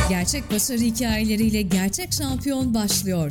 Gerçek başarı hikayeleriyle gerçek şampiyon başlıyor.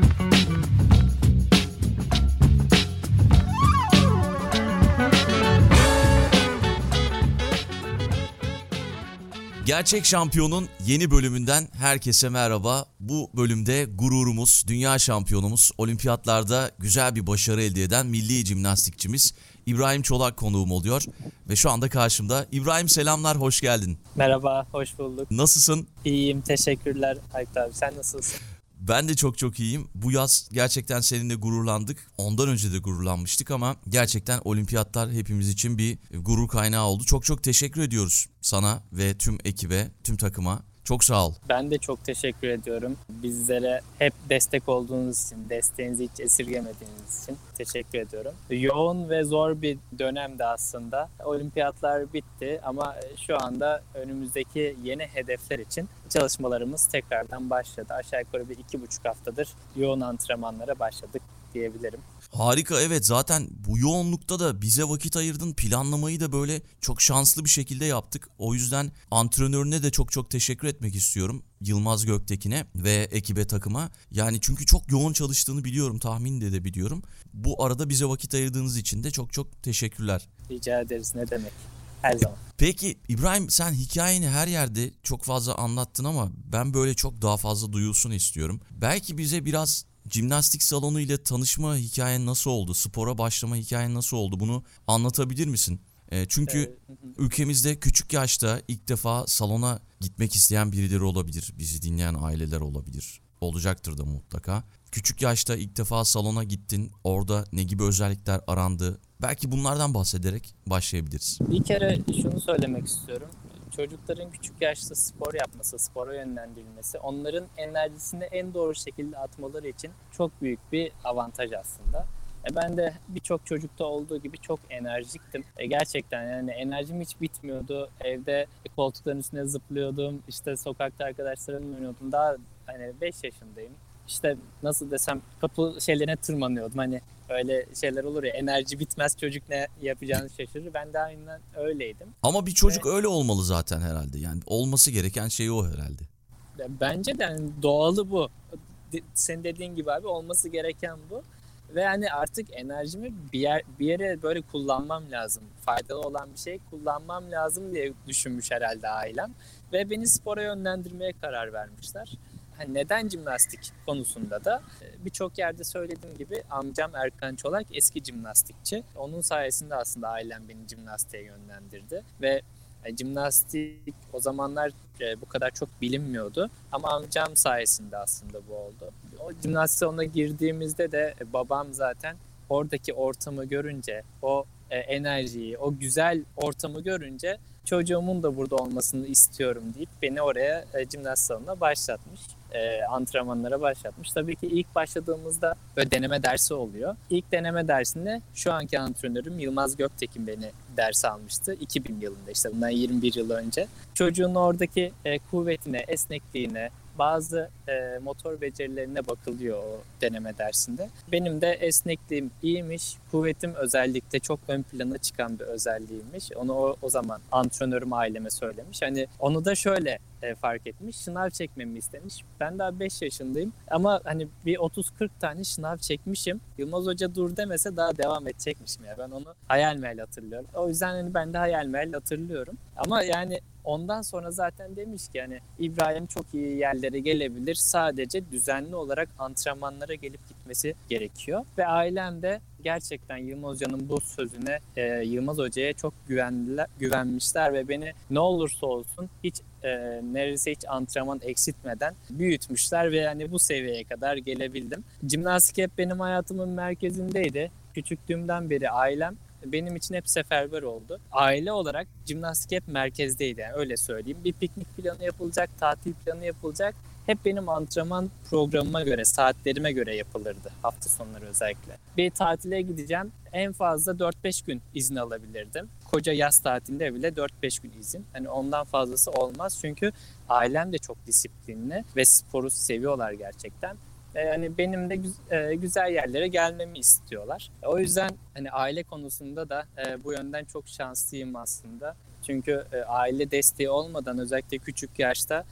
Gerçek Şampiyon'un yeni bölümünden herkese merhaba. Bu bölümde gururumuz, dünya şampiyonumuz, olimpiyatlarda güzel bir başarı elde eden milli jimnastikçimiz İbrahim Çolak konuğum oluyor. Ve şu anda karşımda. İbrahim selamlar, hoş geldin. Merhaba, hoş bulduk. Nasılsın? İyiyim, teşekkürler Aykut abi. Sen nasılsın? Ben de çok iyiyim. Bu yaz gerçekten seninle gururlandık. Ondan önce de gururlanmıştık ama gerçekten olimpiyatlar hepimiz için bir gurur kaynağı oldu. Çok teşekkür ediyoruz sana ve tüm ekibe, tüm takıma. Çok sağ ol. Ben de çok teşekkür ediyorum. Bizlere hep destek olduğunuz için, desteğinizi hiç esirgemediğiniz için teşekkür ediyorum. Yoğun ve zor bir dönemdi aslında. Olimpiyatlar bitti ama şu anda önümüzdeki yeni hedefler için çalışmalarımız tekrardan başladı. Aşağı yukarı bir 2,5 haftadır yoğun antrenmanlara başladık diyebilirim. Harika, evet, zaten bu yoğunlukta da bize vakit ayırdın. Planlamayı da böyle çok şanslı bir şekilde yaptık. O yüzden antrenörüne de çok teşekkür etmek istiyorum. Yılmaz Göktekin'e ve ekibe, takıma. Yani çünkü çok yoğun çalıştığını biliyorum, tahmin de biliyorum. Bu arada bize vakit ayırdığınız için de çok teşekkürler. Rica ederiz, ne demek. Her zaman. Peki İbrahim, sen hikayeni her yerde çok fazla anlattın ama ben böyle çok daha fazla duyulsun istiyorum. Belki bize biraz jimnastik salonu ile tanışma hikayen nasıl oldu? Spora başlama hikayen nasıl oldu? Bunu anlatabilir misin? Çünkü ülkemizde küçük yaşta ilk defa salona gitmek isteyen birileri olabilir. Bizi dinleyen aileler olabilir. Olacaktır da mutlaka. Küçük yaşta ilk defa salona gittin. Orada ne gibi özellikler arandı? Belki bunlardan bahsederek başlayabiliriz. Bir kere şunu söylemek istiyorum. Çocukların küçük yaşta spor yapması, spora yönlendirilmesi, onların enerjisini en doğru şekilde atmaları için çok büyük bir avantaj aslında. Ben de birçok çocukta olduğu gibi çok enerjiktim. Gerçekten yani enerjim hiç bitmiyordu. Evde koltukların üstüne zıplıyordum. İşte sokakta arkadaşlarımla oynuyordum. Daha hani 5 yaşındayım. İşte nasıl desem, kapı şeylerine tırmanıyordum. Hani öyle şeyler olur ya, enerji bitmez, çocuk ne yapacağını şaşırır. Ben de aynen öyleydim. Ama bir çocuk öyle olmalı zaten herhalde. Yani olması gereken şey o herhalde. Bence de yani doğalı bu. Senin dediğin gibi abi, olması gereken bu. Ve hani artık enerjimi bir yere böyle kullanmam lazım. Faydalı olan bir şey kullanmam lazım diye düşünmüş herhalde ailem. Ve beni spora yönlendirmeye karar vermişler. Hani neden jimnastik konusunda da birçok yerde söylediğim gibi amcam Erkan Çolak eski jimnastikçi. Onun sayesinde aslında ailem beni jimnastiğe yönlendirdi. Ve jimnastik o zamanlar bu kadar çok bilinmiyordu. Ama amcam sayesinde aslında bu oldu. O jimnastik salonuna girdiğimizde de babam zaten oradaki ortamı görünce, o enerjiyi, o güzel ortamı görünce çocuğumun da burada olmasını istiyorum deyip beni oraya jimnastik salonuna başlatmış. Antrenmanlara başlatmış. Tabii ki ilk başladığımızda böyle deneme dersi oluyor. İlk deneme dersinde şu anki antrenörüm Yılmaz Göktekin beni ders almıştı. 2000 yılında, işte bundan 21 yıl önce. Çocuğun oradaki kuvvetine, esnekliğine, bazı motor becerilerine bakılıyor o deneme dersinde. Benim de esnekliğim iyiymiş, kuvvetim özellikle çok ön plana çıkan bir özelliğiymiş. Onu o zaman antrenörüm aileme söylemiş. Hani onu da şöyle fark etmiş, şınav çekmemi istemiş. Ben daha 5 yaşındayım ama hani bir 30-40 tane şınav çekmişim. Yılmaz Hoca dur demese daha devam edecekmişim ya. Ben onu hayal meyal hatırlıyorum. O yüzden hani ben de hayal meyal hatırlıyorum. Ama yani ondan sonra zaten demiş ki hani İbrahim çok iyi yerlere gelebilir. Sadece düzenli olarak antrenmanlara gelip gitmesi gerekiyor. Ve ailem de gerçekten Yılmaz Hoca'nın bu sözüne, Yılmaz Hoca'ya çok güvenmişler ve beni ne olursa olsun hiç neredeyse hiç antrenman eksiltmeden büyütmüşler ve yani bu seviyeye kadar gelebildim. Jimnastik hep benim hayatımın merkezindeydi. Küçüklüğümden beri ailem benim için hep seferber oldu. Aile olarak jimnastik hep merkezdeydi, yani öyle söyleyeyim. Bir piknik planı yapılacak, tatil planı yapılacak. Hep benim antrenman programıma göre, saatlerime göre yapılırdı, hafta sonları özellikle. Bir tatile gideceğim, en fazla 4-5 gün izin alabilirdim. Koca yaz tatilinde bile 4-5 gün izin. Hani ondan fazlası olmaz çünkü ailem de çok disiplinli ve sporu seviyorlar gerçekten. Hani benim de güzel yerlere gelmemi istiyorlar. O yüzden hani aile konusunda da bu yönden çok şanslıyım aslında. Çünkü aile desteği olmadan özellikle küçük yaşta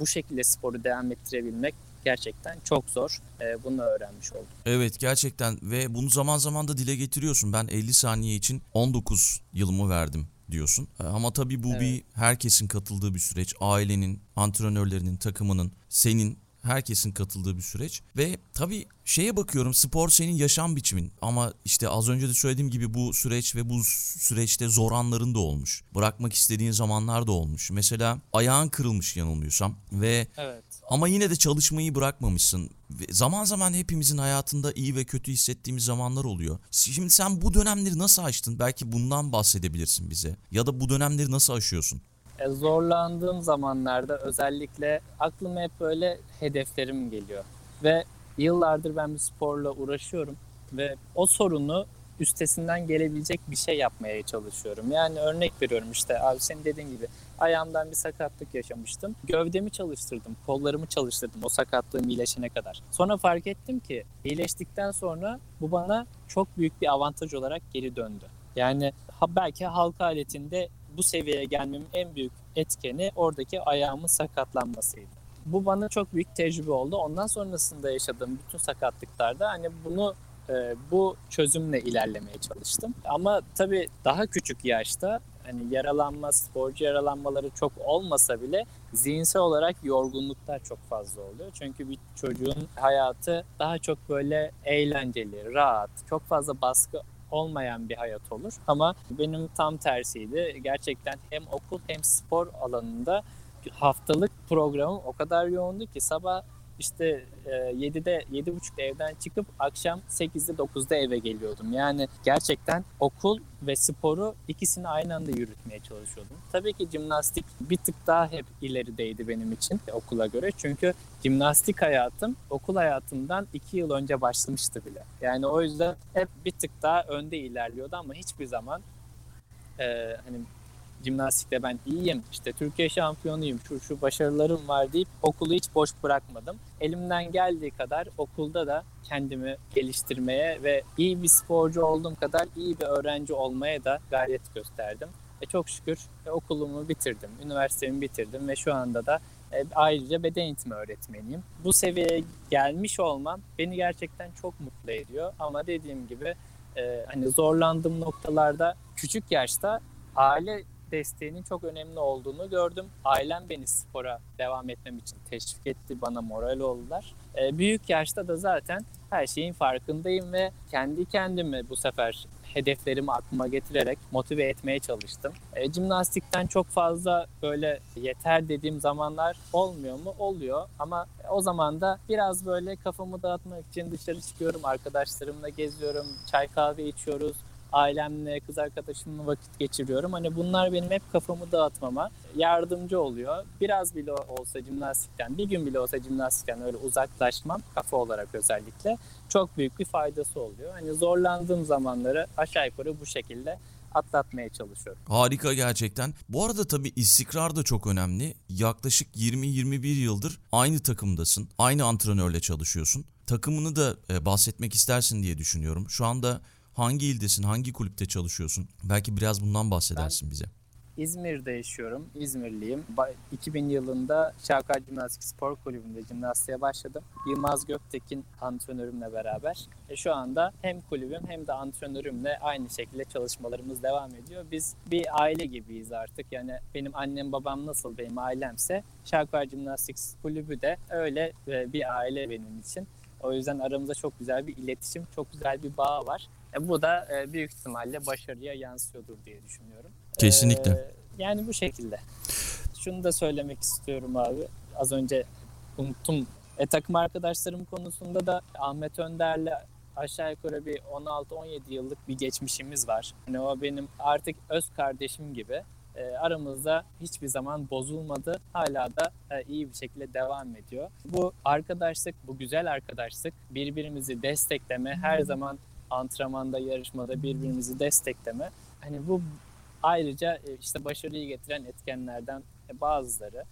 bu şekilde sporu devam ettirebilmek gerçekten çok zor. Bunu öğrenmiş oldum. Evet, gerçekten ve bunu zaman zaman da dile getiriyorsun. Ben 50 saniye için 19 yılımı verdim diyorsun. Ama tabii bu bir herkesin katıldığı bir süreç. Ailenin, antrenörlerinin, takımının, senin, herkesin katıldığı bir süreç. Ve tabii şeye bakıyorum, spor senin yaşam biçimin. Ama işte az önce de söylediğim gibi bu süreç ve bu süreçte zor anların da olmuş. Bırakmak istediğin zamanlar da olmuş. Mesela ayağın kırılmış yanılmıyorsam ve Evet. ama yine de çalışmayı bırakmamışsın. Ve zaman zaman hepimizin hayatında iyi ve kötü hissettiğimiz zamanlar oluyor. Şimdi sen bu dönemleri nasıl aştın? Belki bundan bahsedebilirsin bize. Ya da bu dönemleri nasıl aşıyorsun? Zorlandığım zamanlarda özellikle aklıma hep böyle hedeflerim geliyor. Ve yıllardır ben bir sporla uğraşıyorum ve o sorunu üstesinden gelebilecek bir şey yapmaya çalışıyorum. Yani örnek veriyorum, işte abi senin dediğin gibi ayağımdan bir sakatlık yaşamıştım. Gövdemi çalıştırdım, kollarımı çalıştırdım o sakatlığım iyileşene kadar. Sonra fark ettim ki iyileştikten sonra bu bana çok büyük bir avantaj olarak geri döndü. Yani belki halk aletinde bu seviyeye gelmemin en büyük etkeni oradaki ayağımın sakatlanmasıydı. Bu bana çok büyük tecrübe oldu. Ondan sonrasında yaşadığım bütün sakatlıklarda hani bu çözümle ilerlemeye çalıştım. Ama tabii daha küçük yaşta hani sporcu yaralanmaları çok olmasa bile zihinsel olarak yorgunluklar çok fazla oluyor. Çünkü bir çocuğun hayatı daha çok böyle eğlenceli, rahat, çok fazla baskı olmayan bir hayat olur. Ama benim tam tersiydi. Gerçekten hem okul hem spor alanında haftalık programım o kadar yoğundu ki sabah işte 7'de evden çıkıp akşam 8'de 9'da eve geliyordum. Yani gerçekten okul ve sporu ikisini aynı anda yürütmeye çalışıyordum. Tabii ki jimnastik bir tık daha hep ilerideydi benim için okula göre. Çünkü jimnastik hayatım okul hayatımdan 2 yıl önce başlamıştı bile. Yani o yüzden hep bir tık daha önde ilerliyordu ama hiçbir zaman hani jimnastikte ben iyiyim, işte Türkiye şampiyonuyum, şu başarılarım var deyip okulu hiç boş bırakmadım. Elimden geldiği kadar okulda da kendimi geliştirmeye ve iyi bir sporcu olduğum kadar iyi bir öğrenci olmaya da gayret gösterdim. Çok şükür okulumu bitirdim, üniversitemi bitirdim ve şu anda da ayrıca beden eğitimi öğretmeniyim. Bu seviyeye gelmiş olmam beni gerçekten çok mutlu ediyor ama dediğim gibi hani zorlandığım noktalarda küçük yaşta aile desteğinin çok önemli olduğunu gördüm. Ailem beni spora devam etmem için teşvik etti, bana moral oldular. Büyük yaşta da zaten her şeyin farkındayım ve kendi kendimi bu sefer hedeflerimi aklıma getirerek motive etmeye çalıştım. Jimnastikten çok fazla böyle yeter dediğim zamanlar olmuyor mu? Oluyor ama o zaman da biraz böyle kafamı dağıtmak için dışarı çıkıyorum, arkadaşlarımla geziyorum, çay kahve içiyoruz. Ailemle, kız arkadaşımla vakit geçiriyorum. Hani bunlar benim hep kafamı dağıtmama yardımcı oluyor. Biraz bile olsa jimnastikten, bir gün bile olsa jimnastikten öyle uzaklaşmam, kafa olarak özellikle çok büyük bir faydası oluyor. Hani zorlandığım zamanları aşağı yukarı bu şekilde atlatmaya çalışıyorum. Harika gerçekten. Bu arada tabii istikrar da çok önemli. Yaklaşık 20-21 yıldır aynı takımdasın. Aynı antrenörle çalışıyorsun. Takımını da bahsetmek istersin diye düşünüyorum. Şu anda hangi ildesin, hangi kulüpte çalışıyorsun? Belki biraz bundan bahsedersin bize. İzmir'de yaşıyorum, İzmirliyim. 2000 yılında Şavkar Jimnastik Spor Kulübü'nde jimnastiğe başladım. Yılmaz Göktekin antrenörümle beraber. Şu anda hem kulübüm hem de antrenörümle aynı şekilde çalışmalarımız devam ediyor. Biz bir aile gibiyiz artık. Yani benim annem babam nasıl benim ailemse Şavkar Jimnastik Kulübü de öyle bir aile benim için. O yüzden aramızda çok güzel bir iletişim, çok güzel bir bağ var. Bu da büyük ihtimalle başarıya yansıyordur diye düşünüyorum. Kesinlikle. Yani bu şekilde. Şunu da söylemek istiyorum abi. Az önce unuttum. Takım arkadaşlarım konusunda da Ahmet Önder'le aşağı yukarı bir 16-17 yıllık bir geçmişimiz var. Yani o benim artık öz kardeşim gibi. Aramızda hiçbir zaman bozulmadı. Hala da iyi bir şekilde devam ediyor. Bu arkadaşlık, bu güzel arkadaşlık, birbirimizi destekleme, her zaman antrenmanda, yarışmada birbirimizi destekleme. Hani bu ayrıca işte başarıyı getiren etkenlerden bazıları.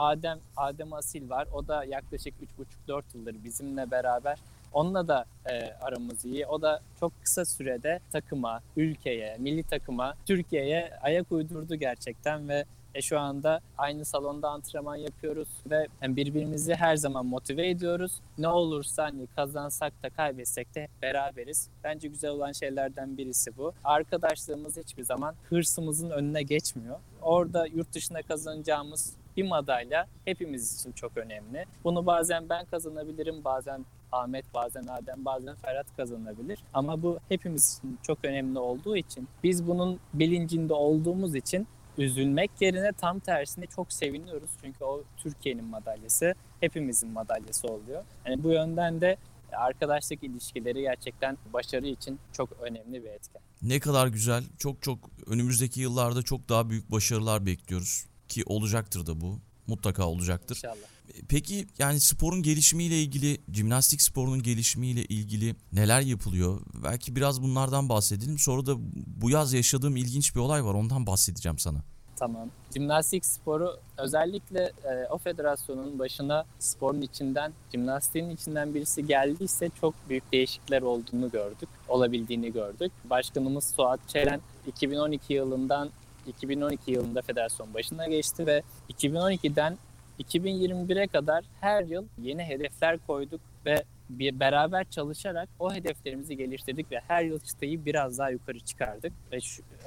Adem Asil var. O da yaklaşık 3,5-4 yıldır bizimle beraber. Onunla da aramız iyi. O da çok kısa sürede takıma, ülkeye, milli takıma, Türkiye'ye ayak uydurdu gerçekten ve Şu anda aynı salonda antrenman yapıyoruz ve birbirimizi her zaman motive ediyoruz. Ne olursa hani kazansak da kaybetsek de hep beraberiz. Bence güzel olan şeylerden birisi bu. Arkadaşlığımız hiçbir zaman hırsımızın önüne geçmiyor. Orada yurt dışına kazanacağımız bir madalya hepimiz için çok önemli. Bunu bazen ben kazanabilirim, bazen Ahmet, bazen Adem, bazen Ferhat kazanabilir. Ama bu hepimiz için çok önemli olduğu için, biz bunun bilincinde olduğumuz için üzülmek yerine tam tersine çok seviniyoruz. Çünkü o Türkiye'nin madalyası, hepimizin madalyası oluyor. Yani bu yönden de arkadaşlık ilişkileri gerçekten başarı için çok önemli bir etken. Ne kadar güzel. Çok önümüzdeki yıllarda çok daha büyük başarılar bekliyoruz. Ki olacaktır da bu. Mutlaka olacaktır. İnşallah. Peki yani sporun gelişimiyle ilgili, jimnastik sporunun gelişimiyle ilgili neler yapılıyor? Belki biraz bunlardan bahsedelim. Sonra da bu yaz yaşadığım ilginç bir olay var. Ondan bahsedeceğim sana. Tamam. Jimnastik sporu özellikle o federasyonun başına sporun içinden, jimnastiğin içinden birisi geldiyse çok büyük değişiklikler olduğunu gördük, olabildiğini gördük. Başkanımız Suat Çelen 2012 yılında federasyon başına geçti ve 2012'den 2021'e kadar her yıl yeni hedefler koyduk ve beraber çalışarak o hedeflerimizi geliştirdik ve her yıl çıtayı biraz daha yukarı çıkardık. Ve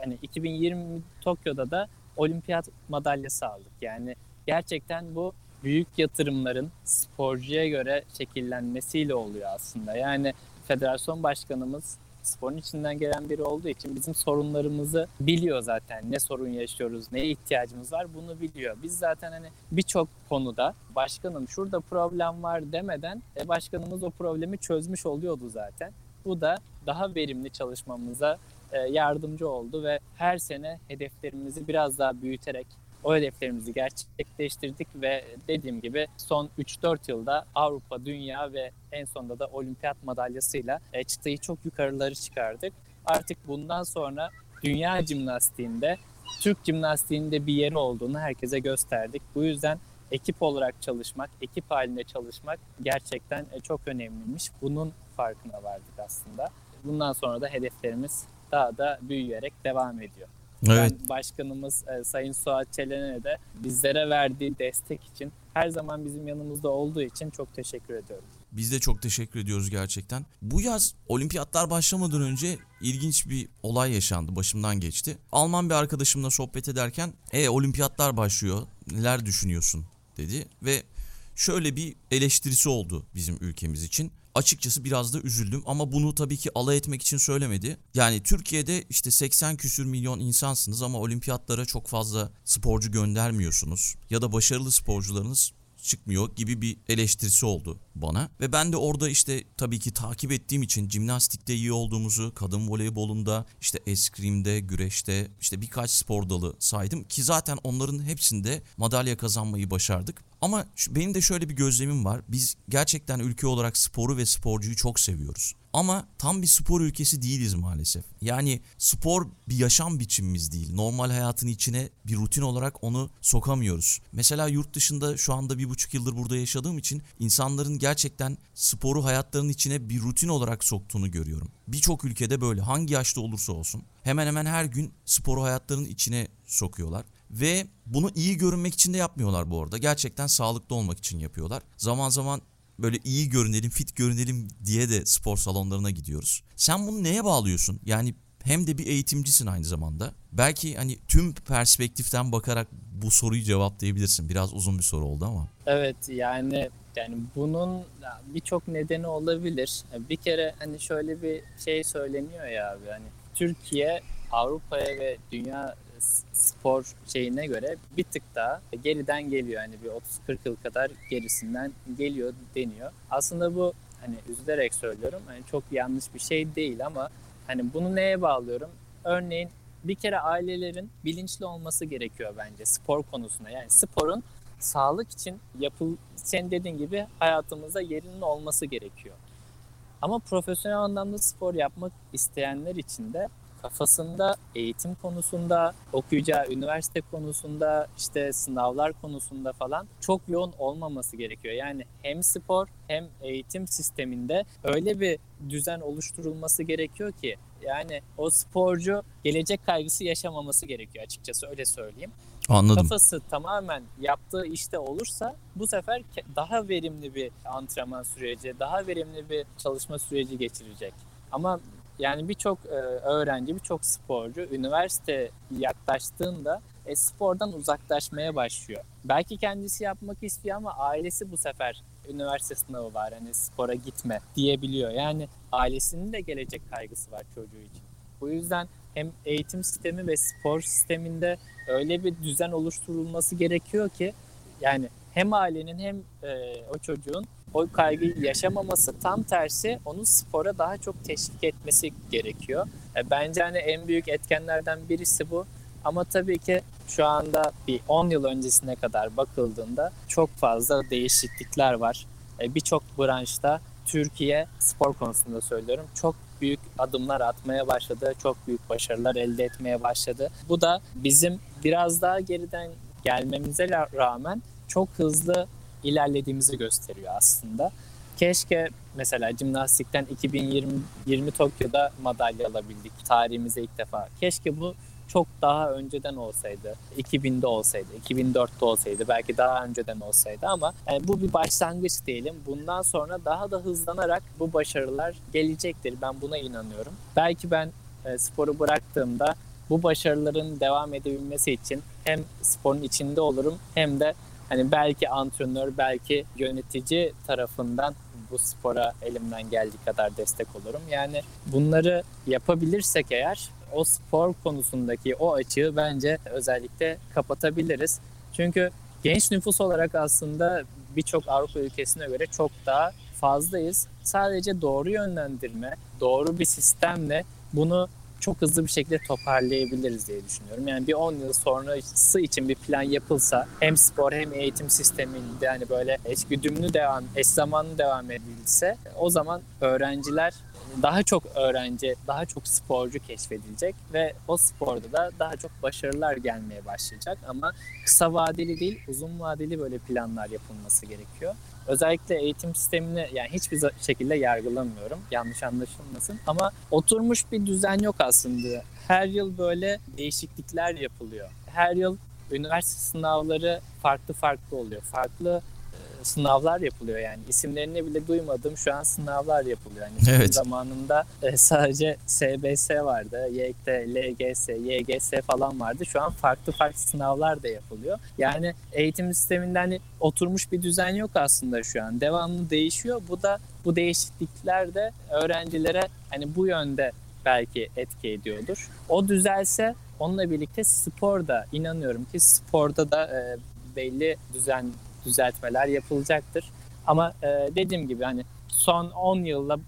2020 Tokyo'da da olimpiyat madalyası aldık. Yani gerçekten bu büyük yatırımların sporcuya göre şekillenmesiyle oluyor aslında. Yani federasyon başkanımız sporun içinden gelen biri olduğu için bizim sorunlarımızı biliyor zaten. Ne sorun yaşıyoruz, neye ihtiyacımız var bunu biliyor. Biz zaten hani birçok konuda başkanım şurada problem var demeden başkanımız o problemi çözmüş oluyordu zaten. Bu da daha verimli çalışmamıza yardımcı oldu ve her sene hedeflerimizi biraz daha büyüterek o hedeflerimizi gerçekleştirdik ve dediğim gibi son 3-4 yılda Avrupa, Dünya ve en sonunda da olimpiyat madalyasıyla çıtayı çok yukarıları çıkardık. Artık bundan sonra dünya jimnastiğinde, Türk jimnastiğinde bir yeri olduğunu herkese gösterdik. Bu yüzden ekip olarak çalışmak, ekip halinde çalışmak gerçekten çok önemliymiş. Bunun farkına vardık aslında. Bundan sonra da hedeflerimiz daha da büyüyerek devam ediyor. Evet. Ben başkanımız Sayın Suat Çelen'e de bizlere verdiği destek için, her zaman bizim yanımızda olduğu için çok teşekkür ediyorum. Biz de çok teşekkür ediyoruz gerçekten. Bu yaz olimpiyatlar başlamadan önce ilginç bir olay yaşandı. Başımdan geçti. Alman bir arkadaşımla sohbet ederken olimpiyatlar başlıyor. Neler düşünüyorsun dedi ve şöyle bir eleştirisi oldu bizim ülkemiz için. Açıkçası biraz da üzüldüm ama bunu tabii ki alay etmek için söylemedi. Yani Türkiye'de işte 80 küsür milyon insansınız ama olimpiyatlara çok fazla sporcu göndermiyorsunuz. Ya da başarılı sporcularınız çıkmıyor gibi bir eleştirisi oldu bana. Ve ben de orada işte tabii ki takip ettiğim için jimnastikte iyi olduğumuzu, kadın voleybolunda, işte eskrimde, güreşte, işte birkaç spor dalı saydım ki zaten onların hepsinde madalya kazanmayı başardık. Ama benim de şöyle bir gözlemim var. Biz gerçekten ülke olarak sporu ve sporcuyu çok seviyoruz. Ama tam bir spor ülkesi değiliz maalesef. Yani spor bir yaşam biçimimiz değil. Normal hayatın içine bir rutin olarak onu sokamıyoruz. Mesela yurt dışında şu anda 1,5 yıldır burada yaşadığım için insanların gerçekten sporu hayatlarının içine bir rutin olarak soktuğunu görüyorum. Birçok ülkede böyle, hangi yaşta olursa olsun hemen hemen her gün sporu hayatlarının içine sokuyorlar. Ve bunu iyi görünmek için de yapmıyorlar bu arada. Gerçekten sağlıklı olmak için yapıyorlar. Zaman zaman böyle iyi görünelim, fit görünelim diye de spor salonlarına gidiyoruz. Sen bunu neye bağlıyorsun? Yani hem de bir eğitimcisin aynı zamanda. Belki hani tüm perspektiften bakarak bu soruyu cevaplayabilirsin. Biraz uzun bir soru oldu ama. Evet, yani bunun birçok nedeni olabilir. Bir kere hani şöyle bir şey söyleniyor ya abi, hani Türkiye Avrupa'ya ve dünya spor şeyine göre bir tık daha geriden geliyor. Hani bir 30-40 yıl kadar gerisinden geliyor deniyor. Aslında bu, hani üzülerek söylüyorum, hani çok yanlış bir şey değil ama hani bunu neye bağlıyorum? Örneğin bir kere ailelerin bilinçli olması gerekiyor bence spor konusunda. Yani sporun sağlık için sen dediğin gibi hayatımızda yerinin olması gerekiyor. Ama profesyonel anlamda spor yapmak isteyenler için de kafasında eğitim konusunda, okuyacağı üniversite konusunda, işte sınavlar konusunda falan çok yoğun olmaması gerekiyor. Yani hem spor hem eğitim sisteminde öyle bir düzen oluşturulması gerekiyor ki yani o sporcu gelecek kaygısı yaşamaması gerekiyor, açıkçası öyle söyleyeyim. Anladım. Kafası tamamen yaptığı işte olursa bu sefer daha verimli bir antrenman süreci, daha verimli bir çalışma süreci geçirecek. Ama yani birçok öğrenci, birçok sporcu üniversite yaklaştığında spordan uzaklaşmaya başlıyor. Belki kendisi yapmak istiyor ama ailesi bu sefer üniversite sınavı var, hani spora gitme diyebiliyor. Yani ailesinin de gelecek kaygısı var çocuğu için. Bu yüzden hem eğitim sistemi ve spor sisteminde öyle bir düzen oluşturulması gerekiyor ki yani hem ailenin hem o çocuğun o kaygıyı yaşamaması, tam tersi onu spora daha çok teşvik etmesi gerekiyor. Bence hani en büyük etkenlerden birisi bu. Ama tabii ki şu anda bir 10 yıl öncesine kadar bakıldığında çok fazla değişiklikler var. Birçok branşta Türkiye spor konusunda söylüyorum çok büyük adımlar atmaya başladı. Çok büyük başarılar elde etmeye başladı. Bu da bizim biraz daha geriden gelmemize rağmen çok hızlı ilerlediğimizi gösteriyor aslında. Keşke mesela jimnastikten 2020 Tokyo'da madalya alabildik tarihimize ilk defa. Keşke bu çok daha önceden olsaydı, 2000'de olsaydı, 2004'te olsaydı, belki daha önceden olsaydı ama yani bu bir başlangıç diyelim. Bundan sonra daha da hızlanarak bu başarılar gelecektir. Ben buna inanıyorum. Belki ben sporu bıraktığımda bu başarıların devam edebilmesi için hem sporun içinde olurum hem de hani belki antrenör, belki yönetici tarafından bu spora elimden geldiği kadar destek olurum. Yani bunları yapabilirsek eğer o spor konusundaki o açığı bence özellikle kapatabiliriz. Çünkü genç nüfus olarak aslında birçok Avrupa ülkesine göre çok daha fazlayız. Sadece doğru yönlendirme, doğru bir sistemle bunu çok hızlı bir şekilde toparlayabiliriz diye düşünüyorum. Yani bir 10 yıl sonrası için bir plan yapılsa hem spor hem eğitim sisteminde hani böyle eş zamanlı devam edilse o zaman öğrenciler daha çok öğrenci, daha çok sporcu keşfedilecek ve o sporda da daha çok başarılar gelmeye başlayacak. Ama kısa vadeli değil, uzun vadeli böyle planlar yapılması gerekiyor. Özellikle eğitim sistemini yani hiçbir şekilde yargılamıyorum. Yanlış anlaşılmasın. Ama oturmuş bir düzen yok aslında. Her yıl böyle değişiklikler yapılıyor. Her yıl üniversite sınavları farklı oluyor. Farklı sınavlar yapılıyor yani. İsimlerini bile duymadığım şu an sınavlar yapılıyor. Yani Evet. zamanında sadece SBS vardı, YT, LGS, YGS falan vardı. Şu an farklı sınavlar da yapılıyor. Yani eğitim sisteminde hani oturmuş bir düzen yok aslında şu an. Devamlı değişiyor. Bu değişiklikler de öğrencilere hani bu yönde belki etki ediyordur. O düzelse onunla birlikte sporda inanıyorum ki sporda da belli düzeltmeler yapılacaktır. Ama dediğim gibi hani son 10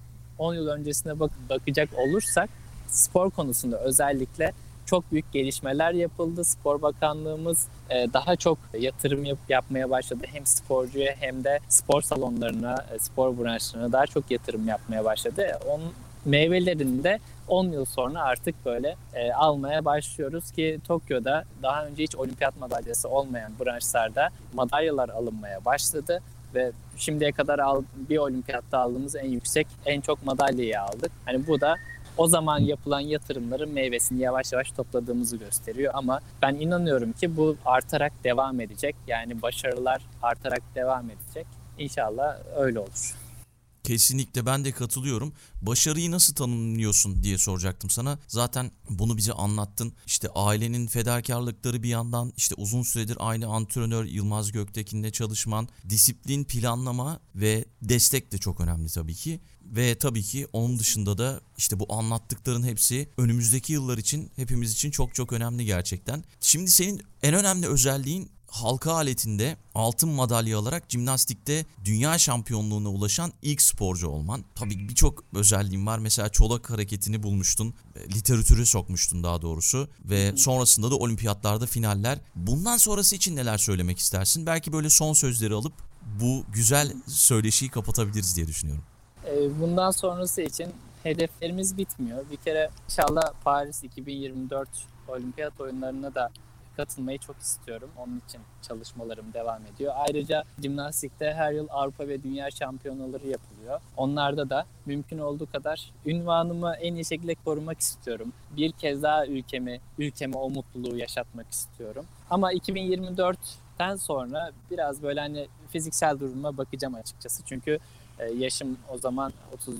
yıl öncesine bakacak olursak spor konusunda özellikle çok büyük gelişmeler yapıldı. Spor Bakanlığımız daha çok yatırım yapmaya başladı. Hem sporcuya hem de spor salonlarına, spor branşlarına daha çok yatırım yapmaya başladı. Onun meyvelerini de 10 yıl sonra artık böyle almaya başlıyoruz ki Tokyo'da daha önce hiç olimpiyat madalyası olmayan branşlarda madalyalar alınmaya başladı ve şimdiye kadar bir olimpiyatta aldığımız en çok madalyayı aldık. Hani bu da o zaman yapılan yatırımların meyvesini yavaş yavaş topladığımızı gösteriyor ama ben inanıyorum ki bu artarak devam edecek. Yani başarılar artarak devam edecek. İnşallah öyle olur. Kesinlikle ben de katılıyorum. Başarıyı nasıl tanımlıyorsun diye soracaktım sana. Zaten bunu bize anlattın. İşte ailenin fedakarlıkları bir yandan, işte uzun süredir aynı antrenör Yılmaz Göktekin'le çalışman, disiplin, planlama ve destek de çok önemli tabii ki. Ve tabii ki onun dışında da işte bu anlattıkların hepsi önümüzdeki yıllar için hepimiz için çok çok önemli gerçekten. Şimdi senin en önemli özelliğin halka aletinde altın madalya alarak jimnastikte dünya şampiyonluğuna ulaşan ilk sporcu olman. Tabii birçok özelliğin var. Mesela çolak hareketini bulmuştun. Literatüre sokmuştun daha doğrusu. Ve sonrasında da olimpiyatlarda finaller. Bundan sonrası için neler söylemek istersin? Belki böyle son sözleri alıp bu güzel söyleşiyi kapatabiliriz diye düşünüyorum. Bundan sonrası için hedeflerimiz bitmiyor. Bir kere inşallah Paris 2024 olimpiyat oyunlarına da katılmayı çok istiyorum. Onun için çalışmalarım devam ediyor. Ayrıca jimnastikte her yıl Avrupa ve Dünya şampiyonaları yapılıyor. oluyor. Onlarda da mümkün olduğu kadar ünvanımı en iyi şekilde korumak istiyorum. Bir kez daha ülkeme o mutluluğu yaşatmak istiyorum. Ama 2024'ten sonra biraz böyle hani fiziksel duruma bakacağım açıkçası. Çünkü yaşım o zaman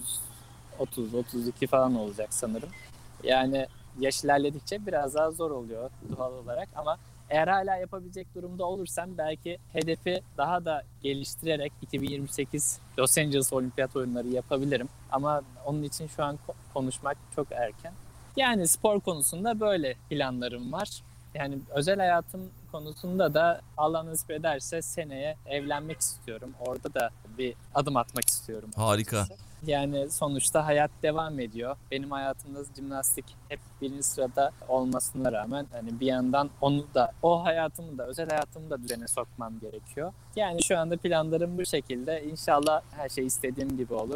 30-32 falan olacak sanırım. Yani yaş ilerledikçe biraz daha zor oluyor doğal olarak ama eğer hala yapabilecek durumda olursam belki hedefi daha da geliştirerek 2028 Los Angeles Olimpiyat Oyunları yapabilirim. Ama onun için şu an konuşmak çok erken. Yani spor konusunda böyle planlarım var. Yani özel hayatım konusunda da Allah nasip ederse seneye evlenmek istiyorum. Orada da bir adım atmak istiyorum. Harika. Açıkçası. Yani sonuçta hayat devam ediyor. Benim hayatımda jimnastik hep birinci sırada olmasına rağmen hani bir yandan onu da o hayatımı da özel hayatımı da düzene sokmam gerekiyor. Yani şu anda planlarım bu şekilde. İnşallah her şey istediğim gibi olur.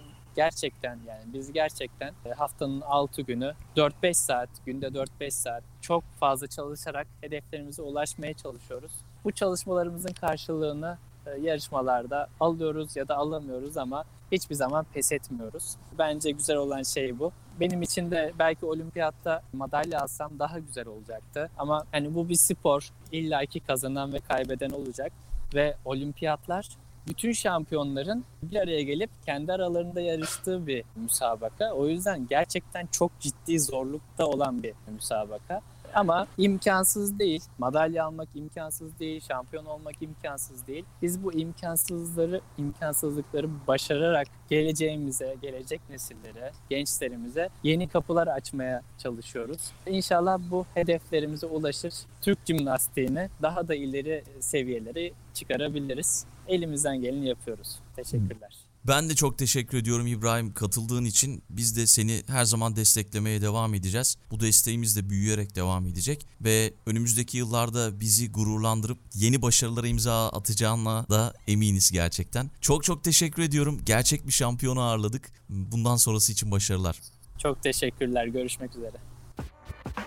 Biz gerçekten haftanın 6 günü 4-5 saat, günde 4-5 saat çok fazla çalışarak hedeflerimize ulaşmaya çalışıyoruz. Bu çalışmalarımızın karşılığını yarışmalarda alıyoruz ya da alamıyoruz ama hiçbir zaman pes etmiyoruz. Bence güzel olan şey bu. Benim için de belki olimpiyatta madalya alsam daha güzel olacaktı. Ama hani bu bir spor. İllaki kazanan ve kaybeden olacak. Ve olimpiyatlar bütün şampiyonların bir araya gelip kendi aralarında yarıştığı bir müsabaka. O yüzden gerçekten çok ciddi zorlukta olan bir müsabaka. Ama imkansız değil. Madalya almak imkansız değil. Şampiyon olmak imkansız değil. Biz bu imkansızlıkları başararak geleceğimize, gelecek nesillere, gençlerimize yeni kapılar açmaya çalışıyoruz. İnşallah bu hedeflerimize ulaşır. Türk jimnastiğini daha da ileri seviyelere çıkarabiliriz. Elimizden geleni yapıyoruz. Teşekkürler. Ben de çok teşekkür ediyorum İbrahim katıldığın için. Biz de seni her zaman desteklemeye devam edeceğiz. Bu desteğimiz de büyüyerek devam edecek. Ve önümüzdeki yıllarda bizi gururlandırıp yeni başarılara imza atacağına da eminiz gerçekten. Çok çok teşekkür ediyorum. Gerçek bir şampiyonu ağırladık. Bundan sonrası için başarılar. Çok teşekkürler. Görüşmek üzere.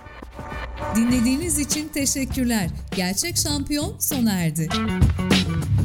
Dinlediğiniz için teşekkürler. Gerçek şampiyon sona erdi.